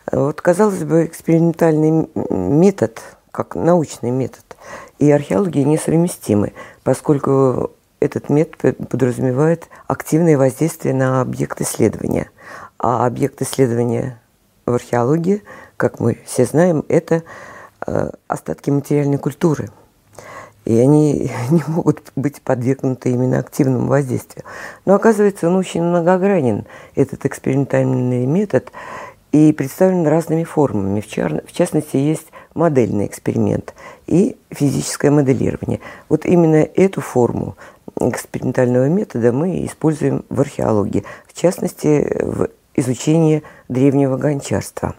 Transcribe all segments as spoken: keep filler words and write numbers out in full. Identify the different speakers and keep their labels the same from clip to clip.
Speaker 1: Вот, казалось бы, экспериментальный метод, как научный метод, и археология несовместимы, поскольку этот метод подразумевает активное воздействие на объект исследования. А объект исследования в археологии, как мы все знаем, это э, остатки материальной культуры. И они не могут быть подвергнуты именно активному воздействию. Но оказывается, он очень многогранен, этот экспериментальный метод, и представлен разными формами. В, чар... в частности, есть модельный эксперимент и физическое моделирование. Вот именно эту форму экспериментального метода мы используем в археологии, в частности, в изучении древнего гончарства.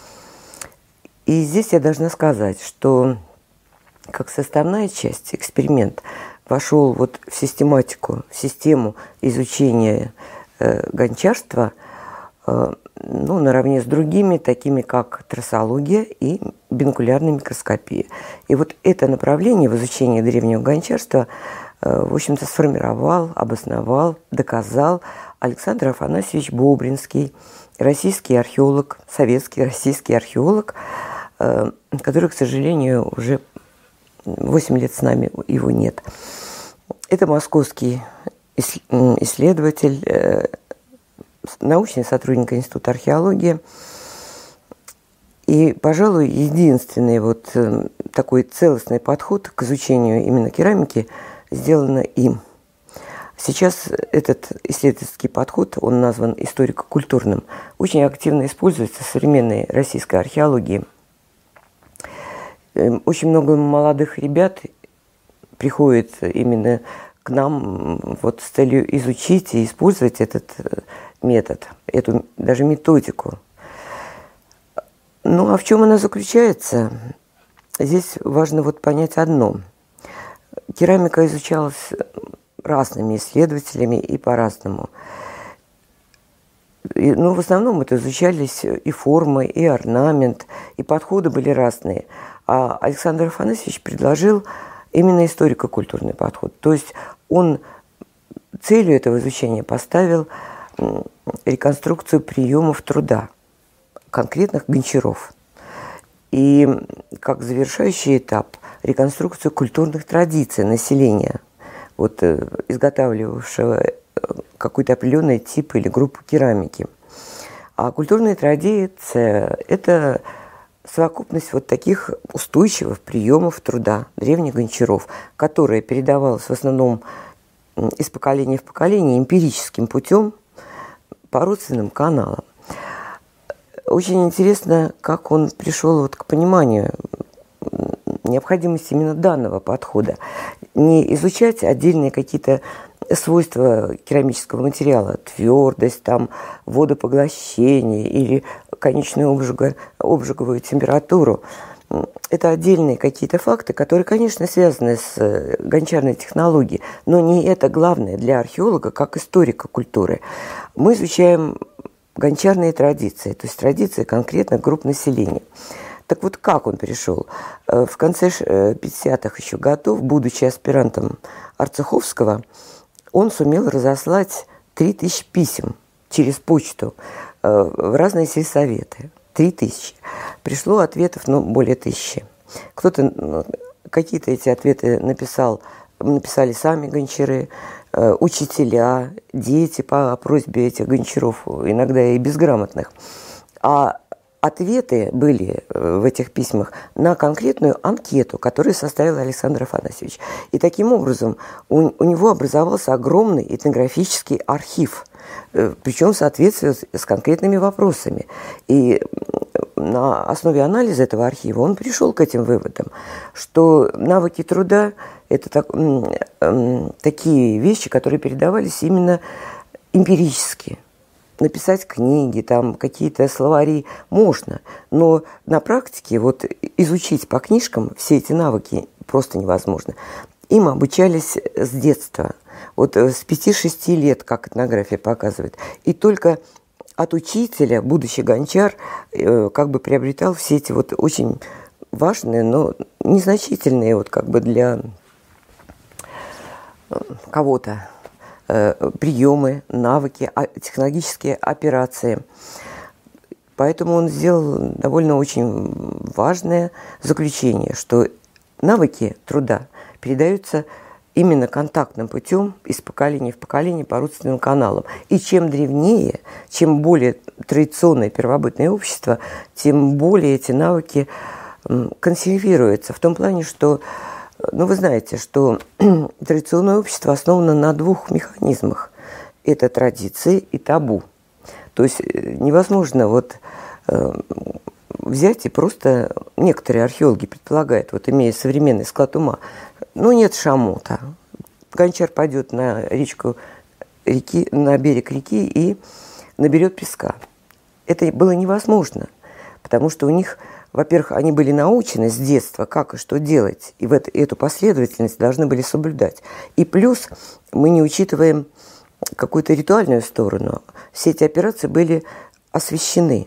Speaker 1: И здесь я должна сказать, что как составная часть эксперимент вошел вот в систематику, в систему изучения э, гончарства, э, ну, наравне с другими, такими как трассология и бинокулярная микроскопия. И вот это направление в изучении древнего гончарства, э, в общем-то, сформировал, обосновал, доказал Александр Афанасьевич Бобринский, российский археолог, советский российский археолог, э, который, к сожалению, уже восемь лет с нами его нет. Это московский исследователь, э, научный сотрудник Института археологии. И, пожалуй, единственный вот э, такой целостный подход к изучению именно керамики сделано им. Сейчас этот исследовательский подход, он назван историко-культурным, очень активно используется в современной российской археологии. Очень много молодых ребят приходит именно к нам вот с целью изучить и использовать этот метод, эту даже методику. Ну, а в чем она заключается? Здесь важно вот понять одно. Керамика изучалась разными исследователями и по-разному. И, ну, в основном это изучались и формы, и орнамент, и подходы были разные. А Александр Афанасьевич предложил именно историко-культурный подход. То есть он целью этого изучения поставил реконструкцию приемов труда конкретных гончаров. И как завершающий этап реконструкцию культурных традиций населения, вот, изготавливавшего какой-то определенный тип или группу керамики. А культурная традиция – это совокупность вот таких устойчивых приемов труда древних гончаров, которая передавалась в основном из поколения в поколение эмпирическим путем по родственным каналам. Очень интересно, как он пришел вот к пониманию необходимости именно данного подхода. Не изучать отдельные какие-то свойства керамического материала, твердость, там, водопоглощение или конечную обжига, обжиговую температуру. Это отдельные какие-то факты, которые, конечно, связаны с гончарной технологией, но не это главное для археолога, как историка культуры. Мы изучаем гончарные традиции, то есть традиции конкретных групп населения. Так вот, как он пришел? В конце пятидесятых еще годов, будучи аспирантом Арцеховского, он сумел разослать три тысячи писем через почту в разные сельсоветы. Три тысячи. Пришло ответов, ну, более тысячи. Кто-то, какие-то эти ответы написал, написали сами гончары, учителя, дети по просьбе этих гончаров, иногда и безграмотных. А ответы были в этих письмах на конкретную анкету, которую составил Александр Афанасьевич. И таким образом у, у него образовался огромный этнографический архив, причем в соответствии с, с конкретными вопросами. И на основе анализа этого архива он пришел к этим выводам, что навыки труда – это так, такие вещи, которые передавались именно эмпирически. Написать книги, там какие-то словари можно, но на практике вот изучить по книжкам все эти навыки просто невозможно. Им обучались с детства, вот с пяти-шести лет, как этнография показывает. И только от учителя будущий гончар э, как бы приобретал все эти вот очень важные, но незначительные вот как бы для кого-то приемы, навыки, технологические операции. Поэтому он сделал довольно очень важное заключение, что навыки труда передаются именно контактным путем из поколения в поколение по родственным каналам. И чем древнее, чем более традиционное первобытное общество, тем более эти навыки консервируются. В том плане, что, ну, вы знаете, что традиционное общество основано на двух механизмах. Это традиции и табу. То есть невозможно вот э, взять и просто, некоторые археологи предполагают, вот имея современный склад ума, ну нет шамота. Гончар пойдет на речку, реки, на берег реки и наберет песка. Это было невозможно, потому что у них, во-первых, они были научены с детства, как и что делать, и в это, эту последовательность должны были соблюдать. И плюс мы не учитываем какую-то ритуальную сторону. Все эти операции были освящены,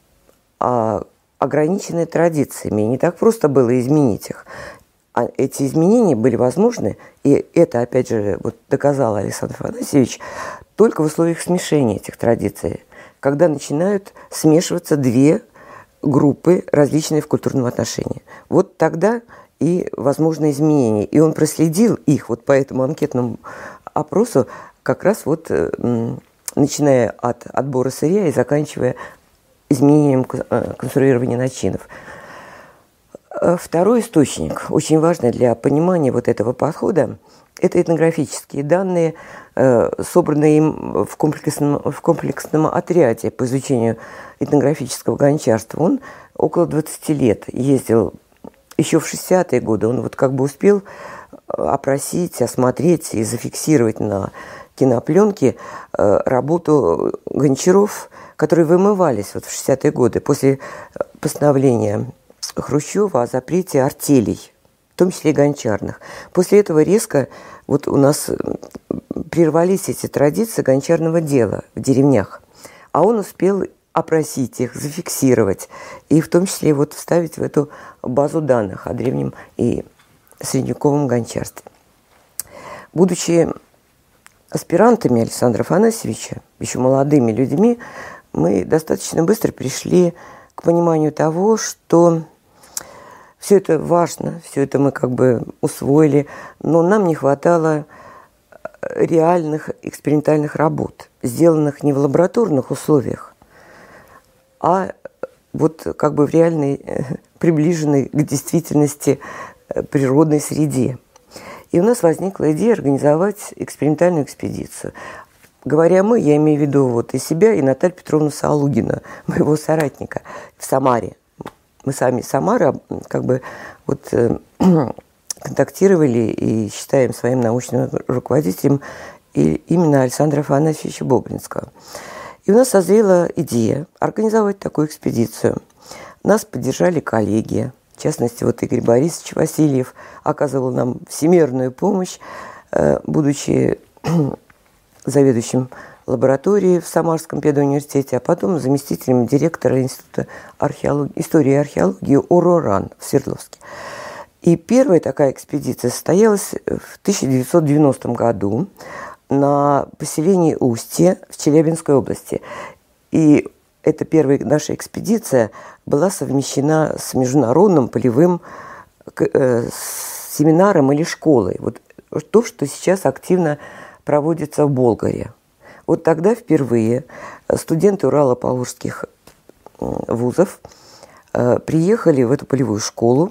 Speaker 1: а ограничены традициями. И не так просто было изменить их. А эти изменения были возможны, и это, опять же, вот доказал Александр Афанасьевич, только в условиях смешения этих традиций, когда начинают смешиваться две группы, различные в культурном отношении. Вот тогда и возможны изменения. И он проследил их вот по этому анкетному опросу, как раз вот начиная от отбора сырья и заканчивая изменением конструирования начинов. Второй источник, очень важный для понимания вот этого подхода, это этнографические данные, собранные им в комплексном, в комплексном отряде по изучению этнографического гончарства. Он около двадцати лет ездил еще в шестидесятые годы. Он вот как бы успел опросить, осмотреть и зафиксировать на кинопленке работу гончаров, которые вымывались вот в шестидесятые годы после постановления Хрущева о запрете артелей, в том числе и гончарных. После этого резко вот у нас прервались эти традиции гончарного дела в деревнях. А он успел опросить их, зафиксировать, и в том числе вот вставить в эту базу данных о древнем и средневековом гончарстве. Будучи аспирантами Александра Афанасьевича, еще молодыми людьми, мы достаточно быстро пришли к пониманию того, что все это важно, все это мы как бы усвоили, но нам не хватало реальных экспериментальных работ, сделанных не в лабораторных условиях, а вот как бы в реальной, приближенной к действительности природной среде. И у нас возникла идея организовать экспериментальную экспедицию. Говоря «мы», я имею в виду вот и себя, и Наталью Петровну Саалугину, моего соратника в Самаре. Мы сами из Самары как бы вот э, контактировали и считаем своим научным руководителем и именно Александра Афанасьевича Бобринского. И у нас созрела идея организовать такую экспедицию. Нас поддержали коллеги, в частности, вот Игорь Борисович Васильев оказывал нам всемирную помощь, э, будучи заведующим лаборатории в Самарском педуниверситете, а потом заместителем директора Института археологии, истории и археологии ОРОРАН в Свердловске. И первая такая экспедиция состоялась в тысяча девятьсот девяностом году на поселении Устье в Челябинской области. И эта первая наша экспедиция была совмещена с международным полевым э, семинаром или школой. Вот то, что сейчас активно проводится в Болгаре. Вот тогда впервые студенты Урало-Поволжских вузов э, приехали в эту полевую школу,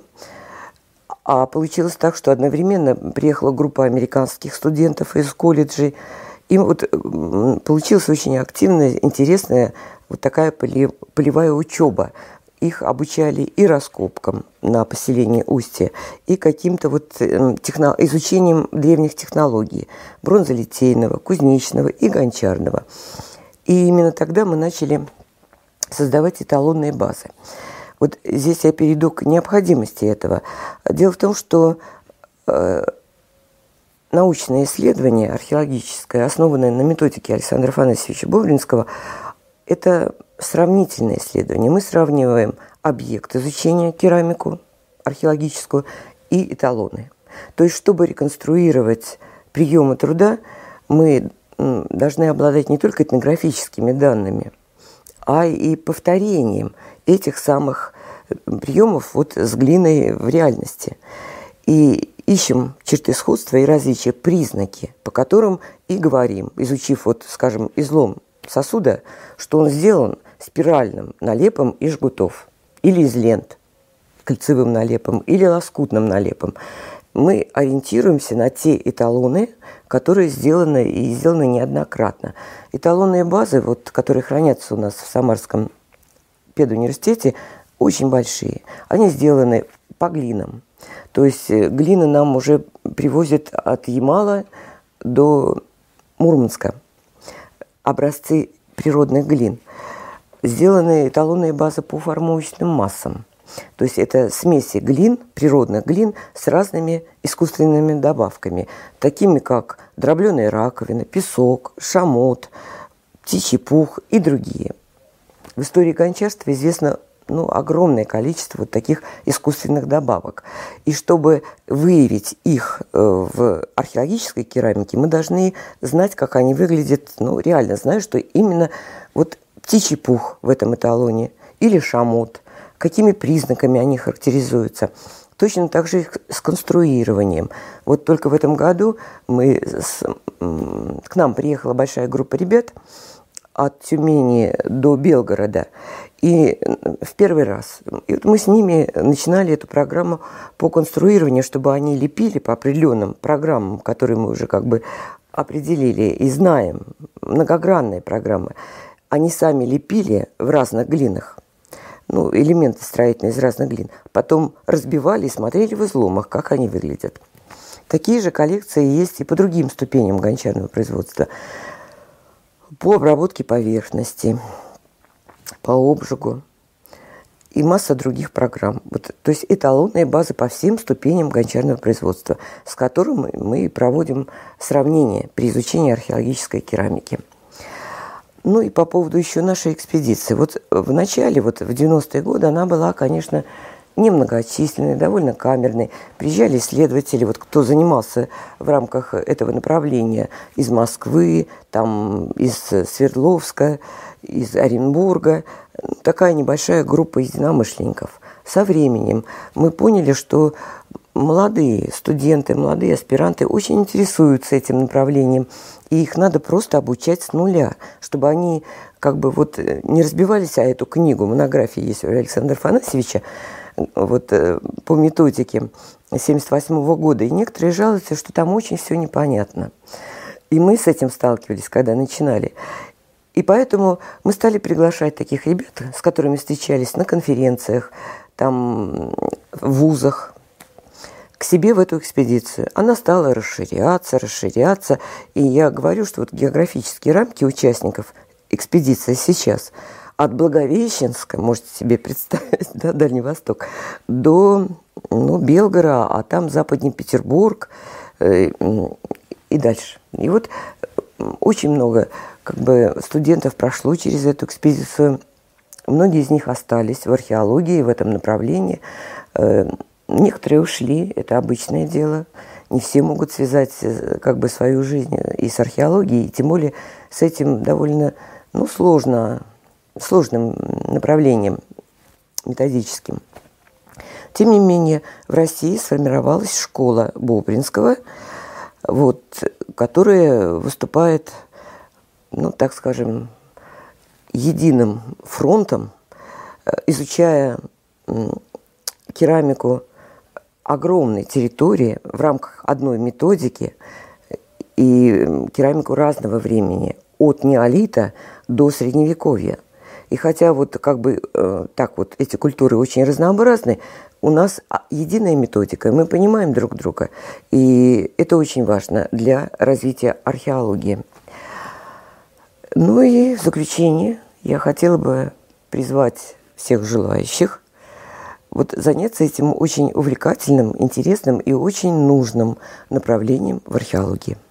Speaker 1: а получилось так, что одновременно приехала группа американских студентов из колледжей. И вот э, получилась очень активная, интересная вот такая полевая учеба. Их обучали и раскопкам на поселении Устье, и каким-то вот техно... изучением древних технологий бронзолитейного, кузнечного и гончарного. И именно тогда мы начали создавать эталонные базы. Вот здесь я перейду к необходимости этого. Дело в том, что э, научное исследование археологическое, основанное на методике Александра Афанасьевича Бобринского, это сравнительное исследование. Мы сравниваем объект изучения, керамику археологическую, и эталоны. То есть, чтобы реконструировать приемы труда, мы должны обладать не только этнографическими данными, а и повторением этих самых приемов вот с глиной в реальности. И ищем черты сходства и различия, признаки, по которым и говорим, изучив, вот, скажем, излом сосуда, что он сделан спиральным налепом из жгутов или из лент, кольцевым налепом или лоскутным налепом. Мы ориентируемся на те эталоны, которые сделаны и сделаны неоднократно. Эталонные базы, вот, которые хранятся у нас в Самарском педуниверситете, очень большие. Они сделаны по глинам. То есть глины нам уже привозят от Ямала до Мурманска. Образцы природных глин. Сделаны эталонные базы по формовочным массам. То есть это смеси глин, природных глин с разными искусственными добавками, такими как дробленая раковина, песок, шамот, птичий пух и другие. В истории гончарства известно ну, огромное количество вот таких искусственных добавок. И чтобы выявить их в археологической керамике, мы должны знать, как они выглядят, ну, реально знаю, что именно вот птичий пух в этом эталоне или шамот, какими признаками они характеризуются. Точно так же и с конструированием. Вот только в этом году мы с, к нам приехала большая группа ребят от Тюмени до Белгорода. И в первый раз и вот мы с ними начинали эту программу по конструированию, чтобы они лепили по определенным программам, которые мы уже как бы определили и знаем, многогранные программы. Они сами лепили в разных глинах, ну, элементы строительные из разных глин. Потом разбивали и смотрели в изломах, как они выглядят. Такие же коллекции есть и по другим ступеням гончарного производства. По обработке поверхности, по обжигу и масса других программ. Вот, то есть эталонные базы по всем ступеням гончарного производства, с которым мы проводим сравнение при изучении археологической керамики. Ну и по поводу еще нашей экспедиции. Вот в начале, вот в девяностые годы, она была, конечно, немногочисленной, довольно камерной. Приезжали исследователи, вот кто занимался в рамках этого направления из Москвы, там, из Свердловска, из Оренбурга. Такая небольшая группа единомышленников. Со временем мы поняли, что молодые студенты, молодые аспиранты очень интересуются этим направлением, и их надо просто обучать с нуля, чтобы они как бы вот не разбивались о эту книгу. Монография есть у Александра Афанасьевича вот, по методике семьдесят восьмого года, и некоторые жалуются, что там очень все непонятно. И мы с этим сталкивались, когда начинали. И поэтому мы стали приглашать таких ребят, с которыми встречались на конференциях, там, в вузах, к себе в эту экспедицию. Она стала расширяться, расширяться. И я говорю, что вот географические рамки участников экспедиции сейчас от Благовещенска, можете себе представить, да, Дальний Восток, до ну, Белгорода, а там Западный Петербург э, и дальше. И вот очень много как бы, студентов прошло через эту экспедицию. Многие из них остались в археологии, в этом направлении. Э, некоторые ушли, это обычное дело. Не все могут связать как бы, свою жизнь и с археологией, и тем более с этим довольно ну, сложно, сложным направлением методическим. Тем не менее, в России сформировалась школа Бобринского, вот, которая выступает, ну, так скажем, единым фронтом, изучая керамику огромной территории в рамках одной методики и керамику разного времени, от неолита до средневековья. И хотя вот как бы э, так вот эти культуры очень разнообразны, у нас единая методика, мы понимаем друг друга, и это очень важно для развития археологии. Ну и в заключение я хотела бы призвать всех желающих вот заняться этим очень увлекательным, интересным и очень нужным направлением в археологии.